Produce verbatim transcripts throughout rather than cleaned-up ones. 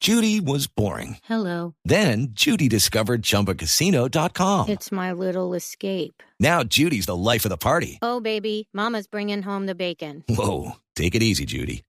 Judy was boring. Hello. Then Judy discovered Chumba Casino dot com. It's my little escape. Now Judy's the life of the party. Oh, baby, mama's bringing home the bacon. Whoa, take it easy, Judy.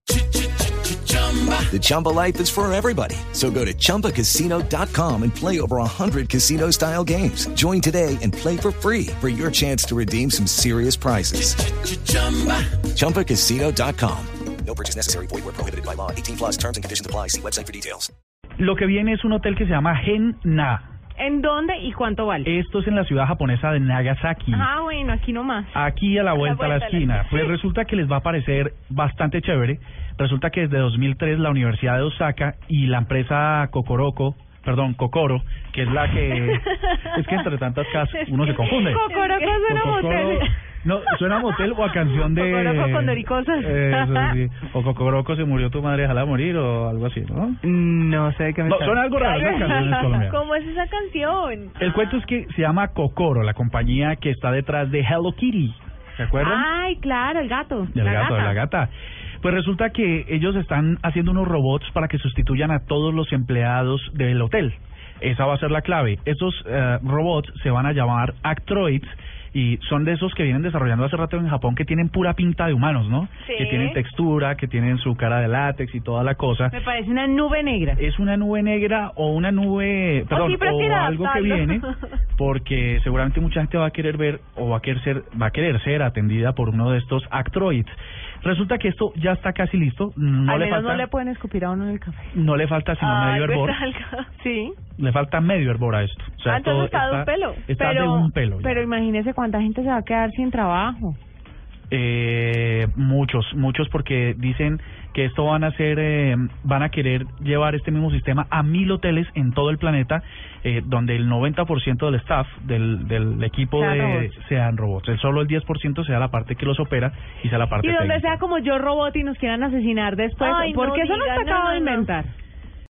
The Chumba life is for everybody. So go to Chumba Casino dot com and play over one hundred casino-style games. Join today and play for free for your chance to redeem some serious prizes. Chumba Casino dot com. No purchase necessary. Void where prohibited by law. eighteen plus terms and conditions apply. See website for details. Lo que viene es un hotel que se llama Gen-Na. ¿En dónde y cuánto vale? Esto es en la ciudad japonesa de Nagasaki. Ah, bueno, aquí nomás. Aquí a la vuelta a la, vuelta a la esquina. Pues resulta que les va a parecer bastante chévere. Resulta que desde dos mil tres la Universidad de Osaka y la empresa Kokoroko, perdón, Kokoro, que es la que... es que entre tantas casas uno se confunde. Kokoroko suena a motel. No, suena a motel o a canción de... Kokoroko con doricosas. Eso sí. O Kokoroko se murió tu madre, déjala morir o algo así, ¿no? No sé de qué me No, está... suena algo raro esas canciones colombianas. ¿Cómo es esa canción? El cuento es que se llama Kokoro, la compañía que está detrás de Hello Kitty. ¿Se acuerdan? Ay, claro, el gato. Del la gato, gata. de la gata. Pues resulta que ellos están haciendo unos robots para que sustituyan a todos los empleados del hotel. Esa va a ser la clave. Estos uh, robots se van a llamar Actroids y son de esos que vienen desarrollando hace rato en Japón, que tienen pura pinta de humanos, ¿no? Sí. Que tienen textura, que tienen su cara de látex y toda la cosa. Me parece una nube negra. Es una nube negra o una nube, perdón, sí, o algo que adaptarlo. viene, porque seguramente mucha gente va a querer ver o va a querer ser, va a querer ser atendida por uno de estos Actroids. Resulta que esto ya está casi listo. No Al le menos falta, no le pueden escupir a uno en el café. no le falta sino Ay, medio pues hervor. algo. Sí. Le falta medio hervor a esto. O sea, Ah, entonces todo está de un pelo. Está pero, de un pelo. ya. Pero imagínese cuánta gente se va a quedar sin trabajo. Eh, muchos, muchos porque dicen que esto van a hacer, eh, van a querer llevar este mismo sistema a mil hoteles en todo el planeta, eh, donde el noventa por ciento del staff, del, del equipo Sean de, robots. sean robots. El solo el diez por ciento sea la parte que los opera y sea la parte Y donde técnica. sea como yo robot y nos quieran asesinar después, Ay, porque no eso no diga, está acabado no, de no. inventar.